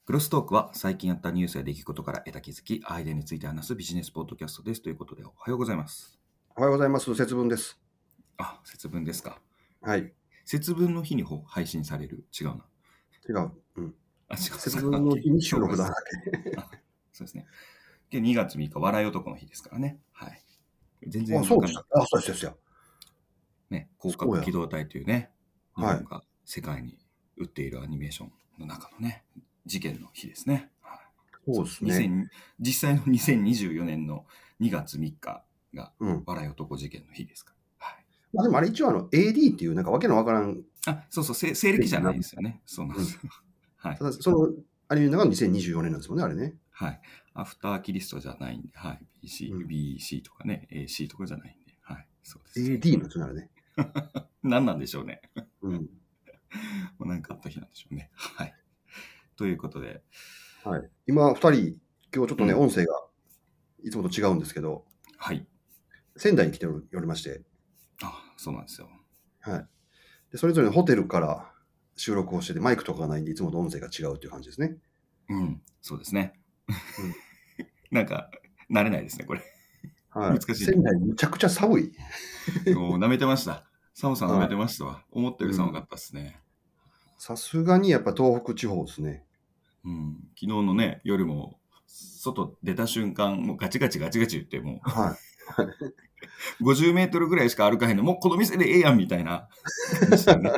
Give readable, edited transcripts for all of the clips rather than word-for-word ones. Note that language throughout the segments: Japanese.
クロストークは最近あったニュースや出来事から得た気づき、アイデアについて話すビジネスポッドキャストです。ということで、おはようございます。 おはようございます。節分です。 節分ですか。 はい。 節分の日に配信される。違うな。 違う。 違う。 節分の日に収録だな。 そうですね。で、2月3日、笑い男の日ですからね。はい。全然そうでした。そうですよ。 ね、広角機動隊というね、日はい。 本が世界に売っているアニメーションの中のね、事件の日ですね。はい。 そうですね。 実際の2024年の2月3日が笑い男事件の日ですから。はい。 まあでもあれ一応AD っていうなんかわけのわからん。 そう、西暦じゃないですよね。そうなんですよ。はい。 ただそのアニメの中が2024年なんですもんね、あれね。 はい。アフターキリストじゃないんで、はい。BC とかね、AC とかじゃないんで、はい。そうです。 AD なんですよね、あれね。 何なんでしょうね。 もうなんかあった日なんでしょうね。はい。ということで。 はい。今、2人、今日ちょっとね、音声がいつもと違うんですけど、 はい。 仙台に来ておりまして。 そうなんですよ。 はい。で、それぞれのホテルから収録をしてて、マイクとかがないんで、いつもと音声が違うっていう感じですね。 そうですね。なんか、慣れないですね、これ。 はい。 難しい。 仙台むちゃくちゃ寒い。 もう舐めてました。寒さ舐めてましたわ。思ったより寒かったですね。 さすがにやっぱ東北地方ですね。 昨日のね、夜も、外出た瞬間、もうガチガチガチガチ言って、もう、50メートルぐらいしか歩かへんの、もうこの店でええやんみたいな感じでね。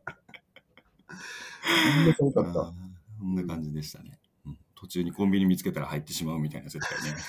寒かった。 そんな感じでしたね。途中にコンビニ見つけたら入ってしまうみたいな、絶対ね。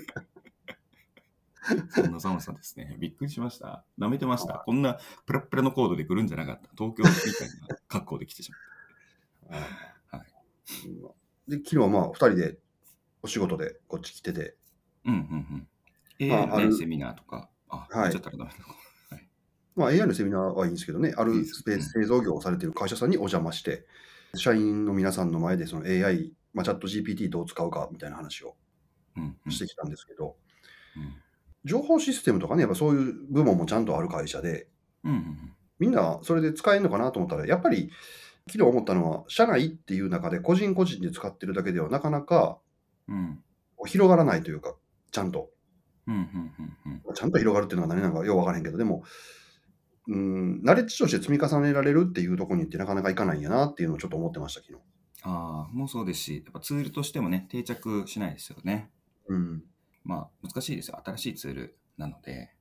そんな寒さですね。びっくりしました。舐めてました。こんなプラップラのコードで来るんじゃなかった。東京みたいな格好で来てしまった。はい。 で、昨日は2人でお仕事でこっち来てて。 AI のね、セミナーとか。言っちゃったらダメだ。 AI のセミナーはいいんですけどね、あるスペース製造業をされている会社さんにお邪魔して、社員の皆さんの前でその AI、チャット GPT どう使うかみたいな話をしてきたんですけど、情報システムとかね、やっぱそういう部門もちゃんとある会社で、みんなそれで使えるのかなと思ったら、やっぱり昨日思ったのは、社内っていう中で個人個人で使ってるだけではなかなか広がらないというか、ちゃんと。ちゃんと広がるっていうのが何なのかよう分からへんけど、でも、ナレッジとして積み重ねられるっていうところにってなかなかいかないんやなっていうのをちょっと思ってました、昨日。 もうそうですし、やっぱツールとしてもね、定着しないですよね。難しいですよ。新しいツールなので。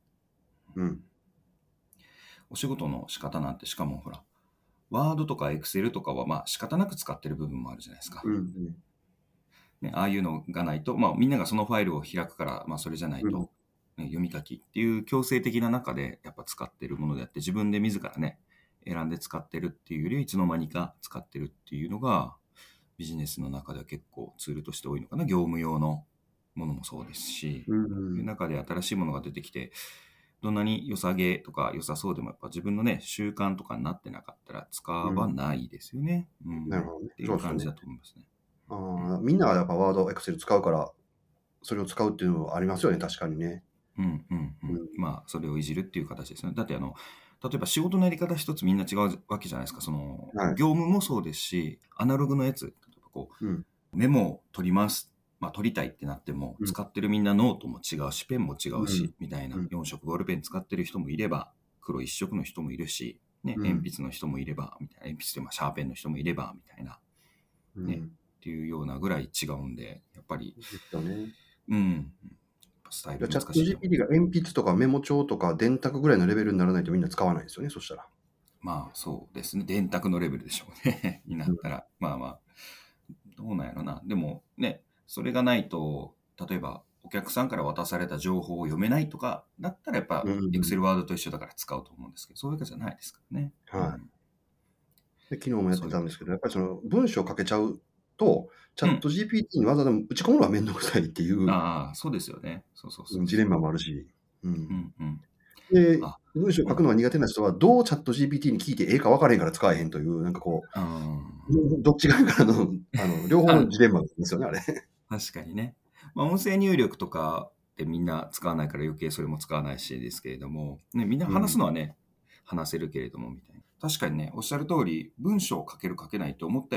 お仕事の仕方なんて、しかもほら、ワードとかエクセルとかは仕方なく使ってる部分もあるじゃないですか。ね、ああいうのがないと、みんながそのファイルを開くから、それじゃないと、読み書きっていう強制的な中でやっぱ使ってるものであって、自分で自らね、選んで使ってるっていうより、いつの間にか使ってるっていうのが、ビジネスの中では結構ツールとして多いのかな。業務用のものもそうですし、いう中で新しいものが出てきて、どんなに良さげとか良さそうでもやっぱ自分のね、習慣とかになってなかったら使わないですよね。 なるほどね。 っていう感じだと思いますね。 みんながやっぱワード、エクセル使うから、それを使うっていうのはありますよね、確かにね。 それをいじるっていう形ですね。だって例えば仕事のやり方一つみんな違うわけじゃないですか。業務もそうですし、アナログのやつ、例えばメモを取ります。取りたいってなっても、使ってるみんなノートも違うし、ペンも違うし、みたいな。4色ボールペン使ってる人もいれば、黒一色の人もいるし、ね、鉛筆の人もいれば、みたいな。鉛筆でシャーペンの人もいれば、みたいな。ね、っていうようなぐらい違うんで、やっぱり。スタイル難しい。 チャット GPT が鉛筆とかメモ帳とか電卓ぐらいのレベルにならないとみんな使わないですよね、そしたら。 そうですね。電卓のレベルでしょうね。になったら。どうなんやろな。でもね、それがないと、例えばお客さんから渡された情報を読めないとかだったらやっぱ、Excel ワードと一緒だから使うと思うんですけど、そういうわけじゃないですからね。 で昨日もやってたんですけど、やっぱりその文章を書けちゃうと、チャット GPT にわざわざ打ち込むのはめんどくさいっていう、 そうですよね。そうジレンマもあるし。で、文章を書くのが苦手な人は、どうチャット GPT に聞いてええか分からへんから使えへんという、なんかこう、どっち側からの、両方のジレンマですよね、あれ。 確かにね。音声入力とかってみんな使わないから余計それも使わないしですけれども、ね、みんな話すのはね、話せるけれどもみたいな。確かにね、おっしゃる通り、文章を書ける書けないと思ったより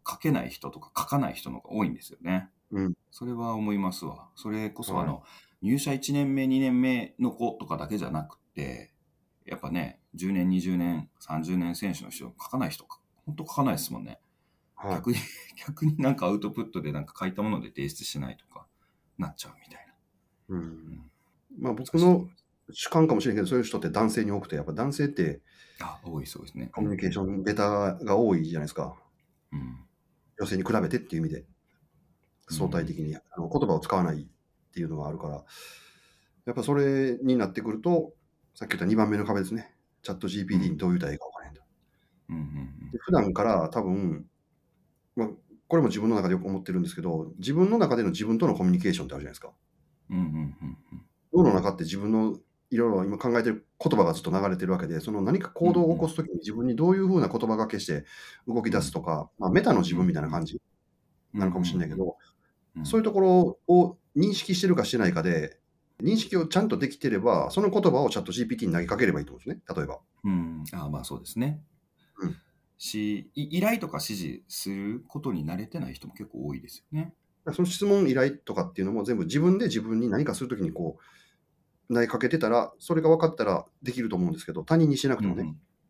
書けない人とか書かない人の方が多いんですよね。 うん。 それは思いますわ。それこそはい入社1年目、2年目の子とかだけじゃなくて、やっぱね、10年、20年、30年選手の人、書かない人、本当書かないですもんね。 はい。 逆になんかアウトプットでなんか書いたもので提出しないとかなっちゃうみたいな。 まあ僕の主観かもしれんけど、そういう人って男性に多くて、やっぱ男性って多いそうですね。 コミュニケーションベタが多いじゃないですか。女性に比べてっていう意味で、相対的に言葉を使わないっていうのがあるから、やっぱそれになってくると、さっき言った2番目の壁ですね。チャット GPT にどういう対応が分からへんと。普段から多分、まあ、これも自分の中でよく思ってるんですけど、自分の中での自分とのコミュニケーションってあるじゃないですか。脳の中って自分のいろいろ今考えてる言葉がずっと流れてるわけで、その何か行動を起こすときに自分にどういうふうな言葉がけして動き出すとか、まあ、メタの自分みたいな感じなのかもしれないけど、そういうところを認識してるかしてないかで、認識をちゃんとできてれば、その言葉をチャット GPT に投げかければいいと思うんですね、例えば。 まあそうですね。依頼とか指示することに慣れてない人も結構多いですよね。 その質問依頼とかっていうのも全部自分で自分に何かするときにこう投げかけてたら、それが分かったらできると思うんですけど、他人にしなくてもね。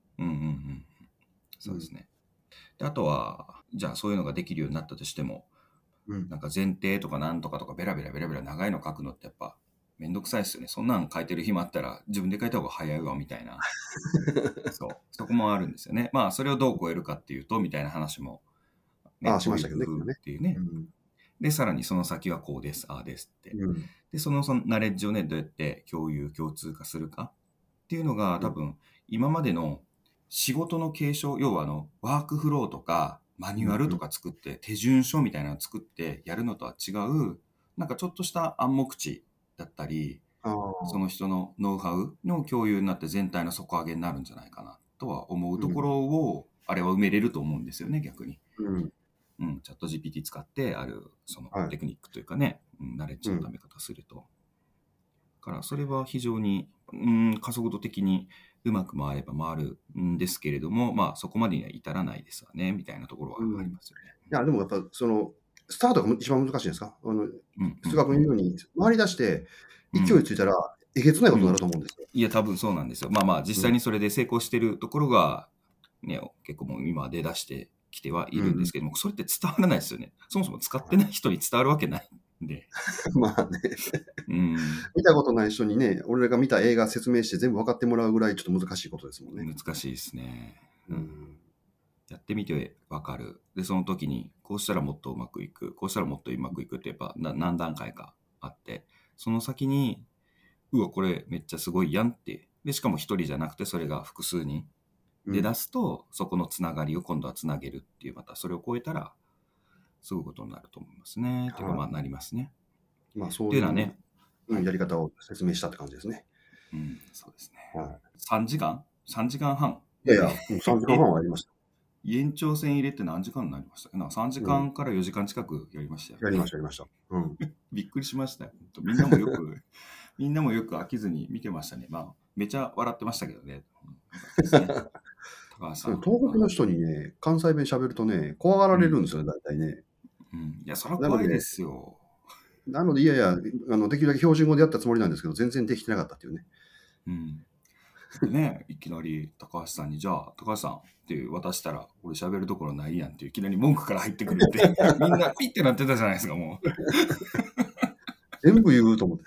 そうですね。であとは、じゃあそういうのができるようになったとしても、なんか前提とかなんとかとかベラベラ長いの書くのってやっぱめんどくさいですよね。そんなん書いてる暇あったら自分で書いた方が早いわみたいな。そこもあるんですよね。まあそれをどう超えるかっていうとみたいな話も、 しましたけどね。 っていうね。で、さらにその先はこうです、ああですって。で、そのナレッジをね、どうやって共通化するかっていうのが多分今までの仕事の継承、要はワークフローとかマニュアルとか作って、手順書みたいなのを作ってやるのとは違う、なんかちょっとした暗黙知だったり、その人のノウハウの共有になって全体の底上げになるんじゃないかなとは思うところを、あれは埋めれると思うんですよね、逆に。チャット GPT 使ってあるそのテクニックというかね、ナレッジのため方すると。だからそれは非常に加速度的にうまく回れば回るんですけれども、まあそこまでには至らないですわねみたいなところはありますよね。 いやでもやっぱそのスタートが一番難しいですか。菅君言うように回り出して勢いついたらえげつないことになると思うんですよ。 いや多分そうなんですよ。まあ実際にそれで成功してるところがね、結構もう今出だしてきてはいるんですけども、それって伝わらないですよね。そもそも使ってない人に伝わるわけないんで。 まあね、見たことない人にね、俺が見た映画説明して全部分かってもらうぐらいちょっと難しいことですもんね。 難しいですね。やってみて分かる。で、その時にこうしたらもっとうまくいく、こうしたらもっとうまくいくってやっぱ何段階かあって、その先に、うわ、これめっちゃすごいやんって。で、しかも一人じゃなくてそれが複数人で出すと、そこのつながりを今度はつなげるっていう、またそれを超えたら、すごいことになると思いますね。というか、まあなりますね。 まあそういうね、やり方を説明したって感じですね。 そうですね。3時間 ?3 時間半。 いやいや、3時間半はありました。 延長戦入れって何時間になりましたか？ 3 時間から4時間近くやりましたよ、 やりました。 びっくりしましたよ。みんなもよく飽きずに見てましたね。まあ、めちゃ笑ってましたけどね。 高橋さん。東北の人にね、関西弁喋るとね、怖がられるんですよね、大体ね。 いや、それは怖いですよ。 なので、いやいや、できるだけ標準語でやったつもりなんですけど、全然できてなかったっていうね。 でね、いきなり高橋さんに、じゃあ、高橋さんって渡したら、俺喋るところないやんっていきなり文句から入ってくるって、みんなピッてなってたじゃないですか、もう。 全部言うと思って。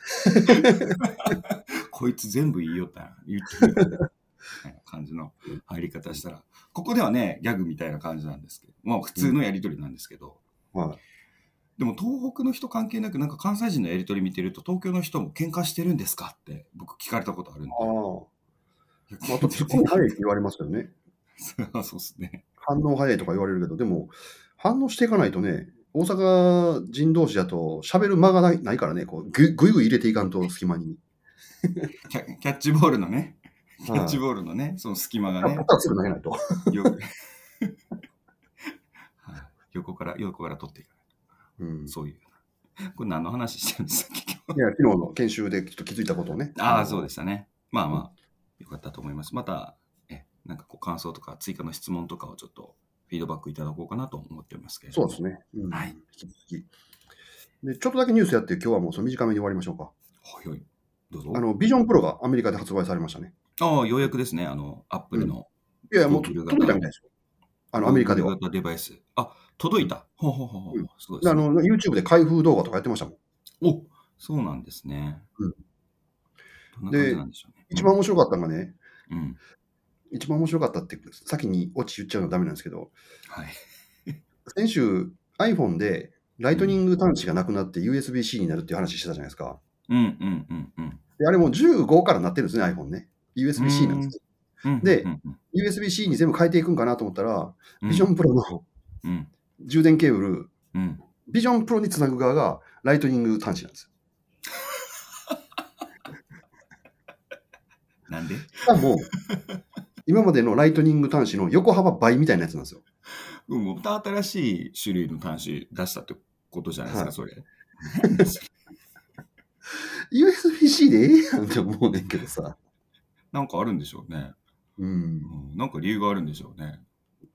こいつ全部言いよった言ってるみたいな感じの入り方したら、ここではね、ギャグみたいな感じなんですけど、まあ普通のやりとりなんですけど、でも東北の人関係なく、なんか関西人のやりとり見てると、東京の人も喧嘩してるんですかって僕聞かれたことあるんで。 あと、ツッコミ早いって言われますよね。 そうっすね。 反応早いとか言われるけど、でも、反応していかないとね、大阪人同士だと喋る間がないからね、こうぐいぐい入れていかんと、隙間に。 キャッチボールのね、その隙間がね。 すぐ投げないと。 横から取っていかないと。そういう。これ何の話してるんですか、 いや、昨日の研修でちょっと気づいたことをね。 そうでしたね。まあまあ、よかったと思います。また、なんかこう感想とか追加の質問とかをちょっとフィードバックいただこうかなと思っておりますけれども。 そうですね。 はい。 で、ちょっとだけニュースやって、今日はもうその短めに終わりましょうか。 はい。どうぞ。 ビジョンプロがアメリカで発売されましたね。 ああ、ようやくですね。アップルの。 いや、もう届いたみたいですよ。アメリカでは。 型デバイス。あ、届いた。ほうほうほうほう。すごいですね。YouTube で開封動画とかやってましたもん。 お、そうなんですね。どんな感じなんでしょうね。 一番面白かったのがね、一番面白かったって、先にオチ言っちゃうのはダメなんですけど、 はい。 先週 iPhone でライトニング端子がなくなって USB-C になるっていう話してたじゃないですか。で、あれも15からなってるんですね、iPhone ね。USB-C なんです。で、USB-C に全部変えていくんかなと思ったら、ビジョンプロの充電ケーブル、ビジョンプロにつなぐ側がライトニング端子なんです。 なんで？ しかも、今までのライトニング端子の横幅倍みたいなやつなんですよ。 また新しい種類の端子出したってことじゃないですか、それ。 USB-C でええやんって思うねんけどさ。 なんかあるんでしょうね。なんか理由があるんでしょうね。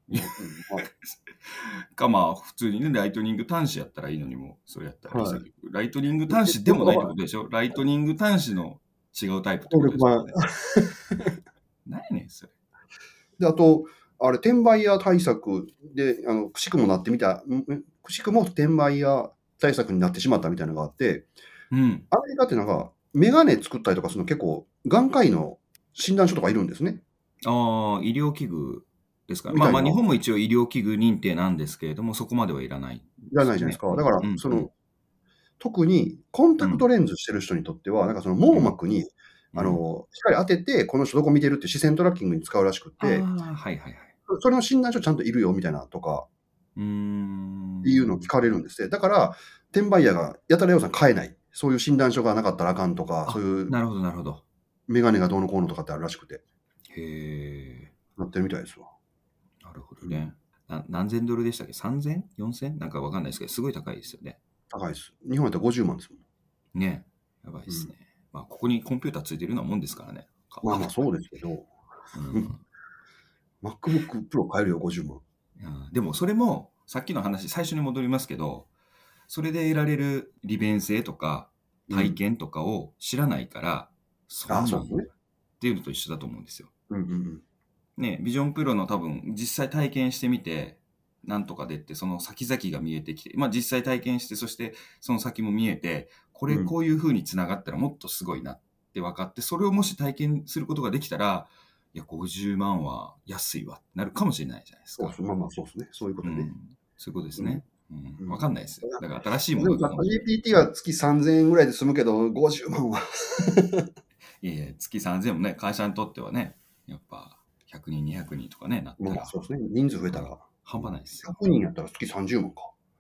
かまあ普通にね、ライトニング端子やったらいいのにも、それやったら、ライトニング端子でもないってことでしょ。ライトニング端子の違うタイプってことですよね。何やねん、それ。 で、あと、あれ、転売屋対策で、くしくもなってみた、くしくも転売屋対策になってしまったみたいなのがあって、アメリカってなんか、メガネ作ったりとかするの結構、眼科医の診断書とかいるんですね。 ああ、医療器具ですから。まあ日本も一応医療器具認定なんですけれども、そこまではいらない、 いらないじゃないですか。だから、特にコンタクトレンズしてる人にとっては、なんかその網膜に、光当てて、この人どこ見てるって視線トラッキングに使うらしくて、それの診断書ちゃんといるよみたいなとか、っていうのを聞かれるんですね。だから、転売屋がやたらようさん買えない。そういう診断書がなかったらあかんとか、そういう。 なるほど、なるほど。 メガネがどうのこうのとかってあるらしくて。 へー。なってるみたいですわ。 なるほどね。何千ドルでしたっけ ?3000? 4000? なんかわかんないですけど、すごい高いですよね。 高いです。日本やったら50万ですもん。 ね。やばいですね。まあ、ここにコンピューターついてるようなもんですからね。 まあまあそうですけど。MacBook Pro 買えるよ、50万。 でもそれも、さっきの話、最初に戻りますけど、それで得られる利便性とか体験とかを知らないから、そんなんっていうのと一緒だと思うんですよ。ね、ビジョンプロの多分実際体験してみて、なんとかでってその先々が見えてきて、まあ実際体験して、そしてその先も見えて、これこういう風につながったらもっとすごいなって分かって、それをもし体験することができたら、いや、50万は安いわってなるかもしれないじゃないですか。 まあまあそうですね。そういうことね。 そういうことですね。分かんないですよ。だから新しいものが。GPT は月3000円ぐらいで済むけど、50万は。 いやいや、月3000円もね、会社にとってはね、やっぱ100人、200人とかね、なったら。 まあそうですね。人数増えたら。 半端ないですよ。 100人やったら月30万か。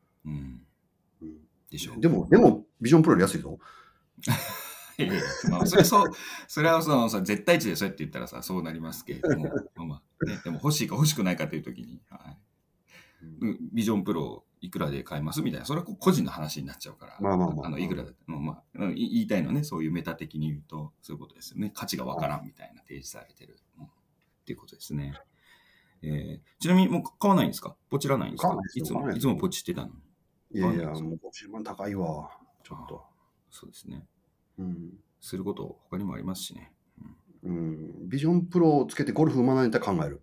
でしょ。 でも、ビジョンプロより安いぞ。 まあ、それは絶対値でそうやって言ったらさ、そうなりますけれども、でも欲しいか欲しくないかというときに、ビジョンプロいくらで買えますみたいな、それは個人の話になっちゃうから、いくらだ言いたいのね、そういうメタ的に言うと、そういうことですよね。価値がわからんみたいな提示されてるっていうことですね。ちなみにもう買わないんですか？ポチらないんですか？いつもポチってたの？ いやいや、もう50万高いわ。ちょっと。 そうですね。すること他にもありますしね。 ビジョンプロをつけてゴルフ学んでたら考える。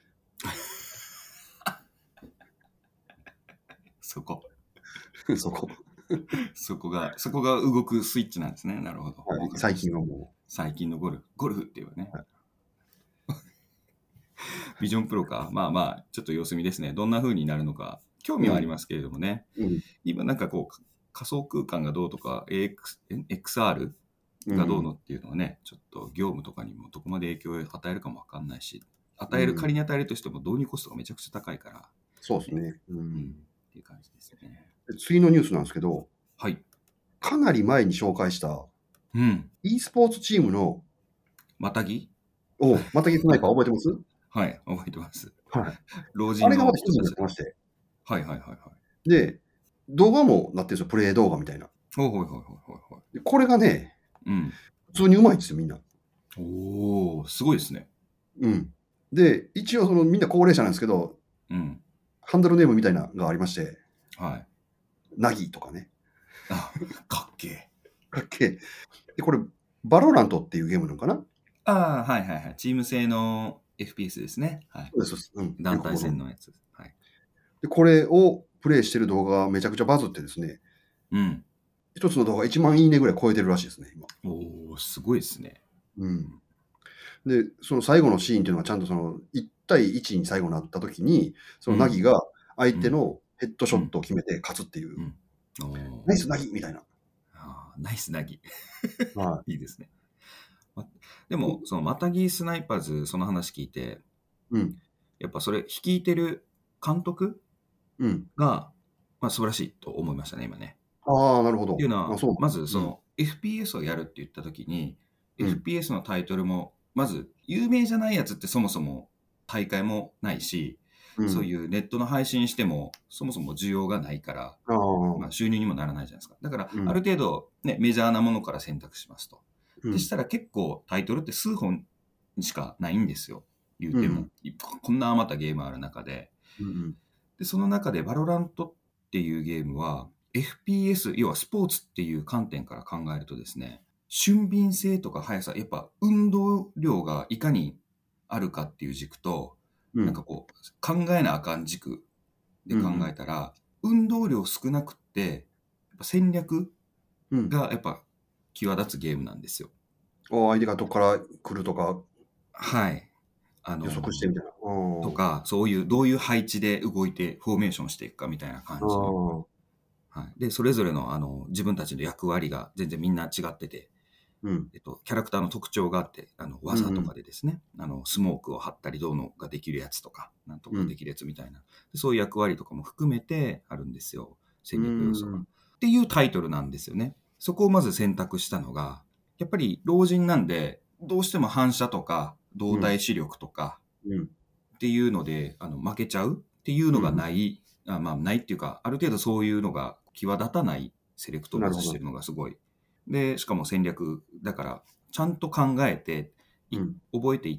そこそこが動くスイッチなんですね。なるほど。 最近はもう。 最近のゴルフっていうね。ビジョンプロか。まあまあ、ちょっと様子見ですね。どんな風になるのか、興味はありますけれどもね。今なんかこう、仮想空間がどうとか、XR がどうのっていうのはね、ちょっと業務とかにもどこまで影響を与えるかもわかんないし、仮に与えるとしても導入コストがめちゃくちゃ高いから。 そうですね。 っていう感じですね。 次のニュースなんですけど、 はい。 かなり前に紹介した、e スポーツチームの、 またぎスナイパー覚えてます？ はい、覚えてます。 はい。 老人の人たち。 あれがまた記事になってまして。 はい。 で、動画もなってるんですよ、プレイ動画みたいな。これがね、普通にうまいんですよ、みんな。 おー、すごいですね。 で、一応みんな高齢者なんですけど、 ハンドルネームみたいなのがありまして、 はい。 ナギとかね。 かっけえ。 かっけえ。で、これ、バロラントっていうゲームなのかな？ はいはいはい。チーム製の FPS ですね。はい。 そうです、そうです。 団体戦のやつ。はい。 で、これをプレイしてる動画がめちゃくちゃバズってですね、 うん。 一つの動画1万いいねぐらい超えてるらしいですね、今。 おー、すごいですね。 うん。で、その最後のシーンっていうのはちゃんとその1対1に最後になった時に、そのナギが相手のヘッドショットを決めて勝つっていう、ナイスナギみたいな。 ナイスナギ。 はい。 いいですね。でも、そのマタギスナイパーズ、その話聞いて、 うん。 やっぱそれ、率いてる監督うん。 が、まあ、素晴らしいと思いましたね、今ね。 ああ、なるほど。 っていうのは、 そうまずその FPS をやるって言ったときに、FPS のタイトルも、まず有名じゃないやつってそもそも大会もないし、そういうネットの配信してもそもそも需要がないから、まあ、収入にもならないじゃないですか。だから、ある程度、ね、メジャーなものから選択しますと。でしたら結構タイトルって数本しかないんですよ。言うても。こんなあまたゲームある中で。で、その中でバロラントっていうゲームは、FPS、要はスポーツっていう観点から考えるとですね、俊敏性とか速さ、やっぱ運動量がいかにあるかっていう軸と、なんかこう、考えなあかん軸で考えたら、運動量少なくって、やっぱ戦略がやっぱ際立つゲームなんですよ。 相手がどこから来るとか、 はい。 予測してみたいな。 とか、そういう、どういう配置で動いてフォーメーションしていくかみたいな感じの。はい、で、それぞれの自分たちの役割が全然みんな違ってて、キャラクターの特徴があって、技とかでですね、スモークを張ったりどうのができるやつとか、なんとかできるやつみたいな、そういう役割とかも含めてあるんですよ。戦略要素が。っていうタイトルなんですよね。そこをまず選択したのが、やっぱり老人なんで、どうしても反射とか、動体視力とか、っていうので、負けちゃうっていうのがない、まあ、ないっていうか、ある程度そういうのが際立たないセレクトをまずしてるのがすごい。で、しかも戦略だから、ちゃんと考えて、覚えていって、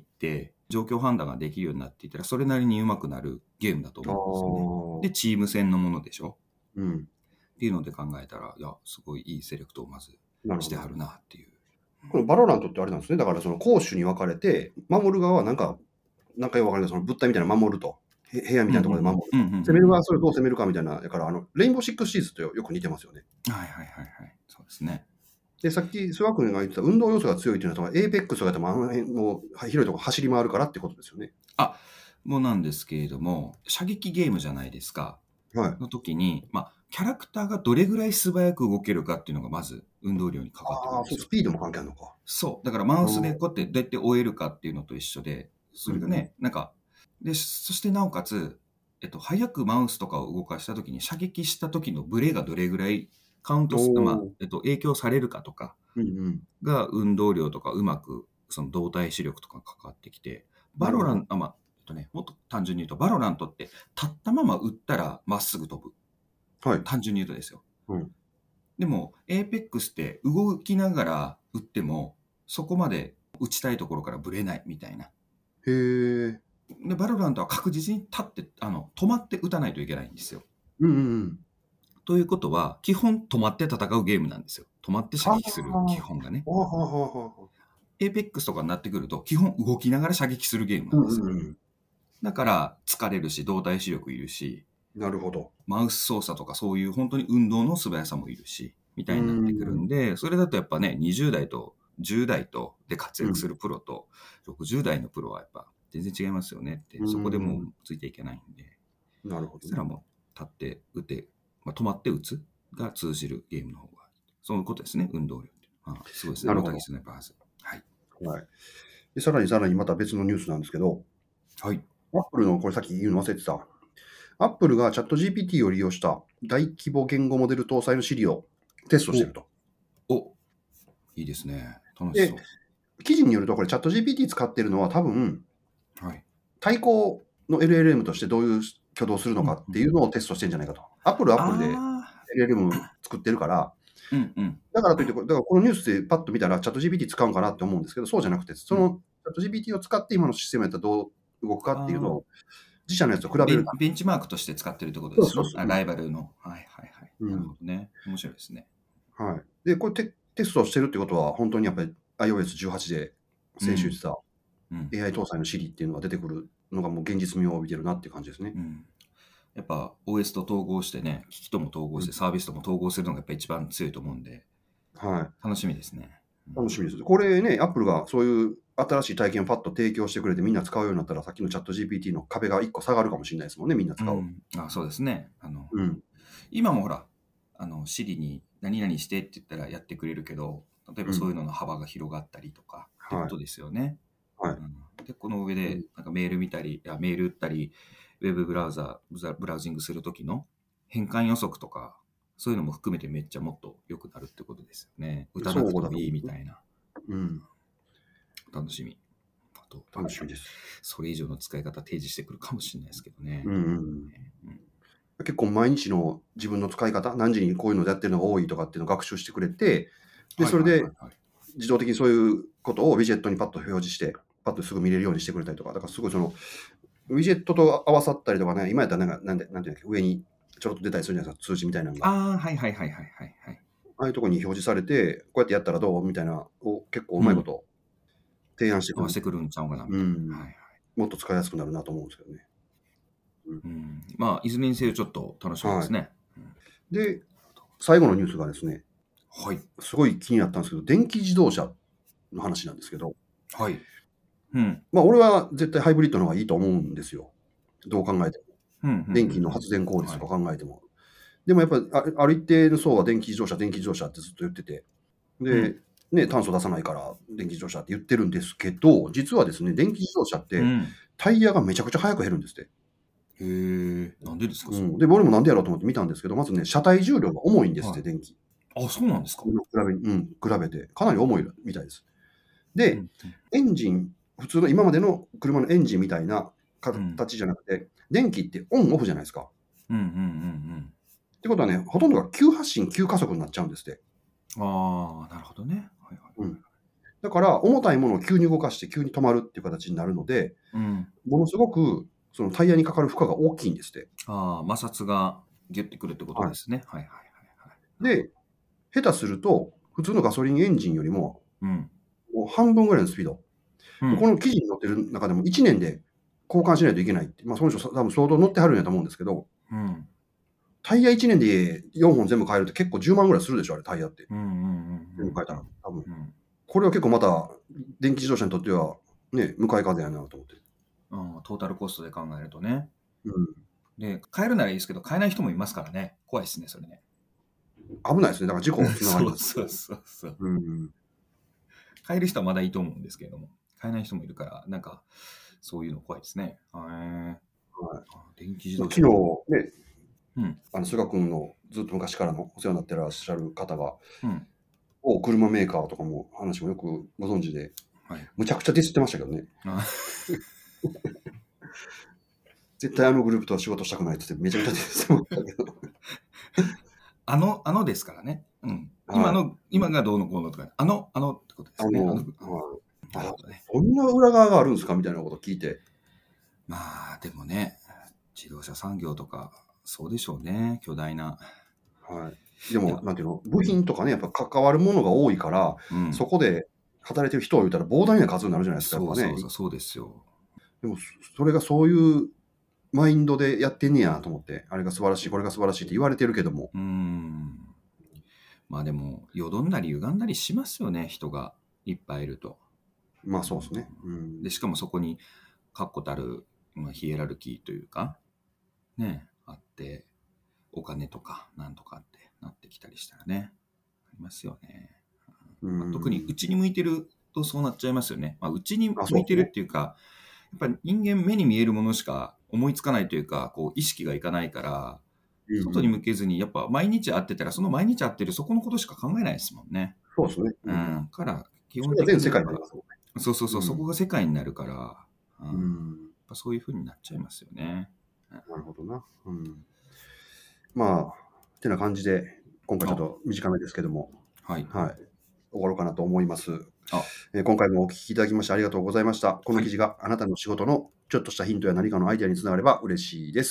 状況判断ができるようになっていったら、それなりに上手くなるゲームだと思うんですよね。で、チーム戦のものでしょ。っていうので考えたら、いや、すごいいいセレクトをまずしてはるなっていう。 このバロラントってあれなんですね。だからその攻守に分かれて、守る側はなんかよくわかんないその物体みたいなの守ると。部屋みたいなところで守る。攻める側はそれをどう攻めるかみたいな。だから、レインボーシックスシーズとよく似てますよね。 はいはいはいはい。そうですね。 で、さっき、諏訪君が言ってた運動要素が強いっていうのは、エーペックスがでもあの辺の広いところ走り回るからってことですよね。 もうなんですけれども、射撃ゲームじゃないですか。の時に、まあ、キャラクターがどれぐらい素早く動けるかっていうのがまず運動量にかかってくるんですよ。 スピードも関係あるのか。 そう。だからマウスでこうやってどうやって追えるかっていうのと一緒で、それがね、なんか、で、そしてなおかつ、早くマウスとかを動かした時に射撃した時のブレがどれぐらいカウントす、まあ、影響されるかとかが運動量とかうまくその動体視力とかかかってきて、バロラント、もっと単純に言うと、バロラントって立ったまま撃ったらまっすぐ飛ぶ。単純に言うとですよ。でも、エーペックスって動きながら撃っても、そこまで撃ちたいところからブレないみたいな。で、バロラントは確実に立って、止まって撃たないといけないんですよ。ということは、基本止まって戦うゲームなんですよ。止まって射撃する基本がね。エーペックスとかになってくると、基本動きながら射撃するゲームなんですよ。だから疲れるし、動体視力いるし、 なるほど。 マウス操作とかそういう本当に運動の素早さもいるし、みたいになってくるんで、それだとやっぱね、20代と10代とで活躍するプロと、60代のプロはやっぱ全然違いますよねって、そこでもうついていけないんで。 なるほど。 そしたらもう立って打て、止まって打つが通じるゲームの方が、そういうことですね、運動量って。すごいですね、大竹スナイパーズ。はい。 で、さらにまた別のニュースなんですけど、アップルの、これさっき言うの忘れてた。アップルがチャット GPT を利用した大規模言語モデル搭載の Siri をテストしてると。 いいですね。楽しそう。 記事によると、これチャット GPT 使ってるのは多分、対抗の LLM としてどういう挙動するのかっていうのをテストしてるんじゃないかと。アップルで LLM 作ってるから、だからといって、だからこのニュースでパッと見たらチャット GPT 使うんかなって思うんですけど、そうじゃなくて、そのチャット GPT を使って今のシステムやったらどう動くかっていうのを自社のやつと比べる。 ベンチマークとして使ってるってことですね。ライバルの。はいはいはい。なるほどね。面白いですね。 はい。で、これテストしてるってことは、本当にやっぱり iOS18 で先週言ってた AI 搭載の Siri っていうのが出てくるのがもう現実味を帯びてるなっていう感じですね。 やっぱ OS と統合してね、機器とも統合して、サービスとも統合するのがやっぱ一番強いと思うんで、 はい。 楽しみですね。 楽しみです。これね、Apple がそういう新しい体験をパッと提供してくれてみんな使うようになったら、さっきのチャット GPT の壁が1個下がるかもしれないですもんね、みんな使う。 そうですね。今もほら、Siri に何々してって言ったらやってくれるけど、例えばそういうのの幅が広がったりとかってことですよね。で、この上でなんかメール見たり、メール打ったり、ウェブブラウジングするときの変換予測とか、そういうのも含めてめっちゃもっと良くなるってことですよね。打たなくてもいいみたいな。楽しみ。 楽しみです。 それ以上の使い方提示してくるかもしれないですけどね。 結構毎日の自分の使い方、何時にこういうのやってるのが多いとかっていうのを学習してくれて、で、それで自動的にそういうことをウィジェットにパッと表示して、パッとすぐ見れるようにしてくれたりとか、だからすごいその、ウィジェットと合わさったりとかね、今やったらなんていうんだっけ、上にちょろっと出たりするじゃないですか、通知みたいなのが。ああいうところに表示されて、こうやってやったらどうみたいな、結構うまいこと提案してくるんちゃうかな。もっと使いやすくなるなと思うんですけどね。 まあ、いずれにせよちょっと楽しみですね。 で、最後のニュースがですね、すごい気になったんですけど、電気自動車の話なんですけど、まあ、俺は絶対ハイブリッドの方がいいと思うんですよ。どう考えても。電気の発電効率とか考えても。でもやっぱりある一定の層は電気自動車ってずっと言ってて、で、ね、炭素出さないから電気自動車って言ってるんですけど、実はですね、電気自動車ってタイヤがめちゃくちゃ早く減るんですって。 なんでですか？ で、俺もなんでやろうと思って見たんですけど、まずね、車体重量が重いんですって、電気。 あ、そうなんですか？ 比べて。かなり重いみたいです。で、エンジン、普通の今までの車のエンジンみたいな形じゃなくて、電気ってオンオフじゃないですか。ってことはね、ほとんどが急発進、急加速になっちゃうんですって。 ああ、なるほどね。 だから、重たいものを急に動かして急に止まるっていう形になるので、ものすごくそのタイヤにかかる負荷が大きいんですって。 摩擦がギュッてくるってことですね。 で、下手すると、普通のガソリンエンジンよりも、もう半分ぐらいのスピード。この記事に載ってる中でも1年で交換しないといけないって。まあ、その人多分相当乗ってはるんやと思うんですけど、タイヤ1年で4本全部変えるって結構10万ぐらいするでしょ、あれ、タイヤって。全部変えたら。多分。これは結構また、電気自動車にとっては、ね、向かい風やなと思って。 トータルコストで考えるとね。で、変えるならいいですけど、変えない人もいますからね。怖いですね、それね。 危ないですね。だから事故につながります。そう。変える人はまだいいと思うんですけれども、変えない人もいるから、なんか、そういうの怖いですね。電気自動車。 昨日ね、菅君のずっと昔からのお世話になってらっしゃる方が、車メーカーとかも話もよくご存知で、むちゃくちゃディスってましたけどね。絶対あのグループとは仕事したくないってめちゃくちゃディスってましたけど。 ですからね。今がどうのこうのとか、ってことですね。 こんな裏側があるんですかみたいなことを聞いて。 まあ、でもね、自動車産業とか、そうでしょうね、巨大な。 でも、なんていうの、部品とかね、やっぱ関わるものが多いから、そこで働いてる人を言ったら膨大な数になるじゃないですか、やっぱね。 そうですよ。 でも、それがそういうマインドでやってんねやと思って、あれが素晴らしい、これが素晴らしいって言われてるけども。 まあでも、よどんだり歪んだりしますよね、人がいっぱいいると。 まあそうですね。 で、しかもそこに確固たる、ヒエラルキーというか、ね、あって、お金とかなんとかってなってきたりしたらね、ありますよね。特にうちに向いてるとそうなっちゃいますよね。うちに向いてるっていうか、やっぱり人間目に見えるものしか思いつかないというか、こう意識がいかないから、外に向けずに、やっぱ毎日会ってたら、その毎日会ってるそこのことしか考えないですもんね。 そうですね。 から、 基本的に。全世界になりますもんね。 そう、そこが世界になるから、やっぱそういう風になっちゃいますよね。 なるほどな。まあ、ってな感じで、今回ちょっと短めですけども、終わろうかなと思います。今回もお聞きいただきましてありがとうございました。この記事があなたの仕事のちょっとしたヒントや何かのアイデアにつながれば嬉しいです。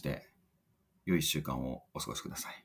それでは2月始まりまして、良い1週間をお過ごしください。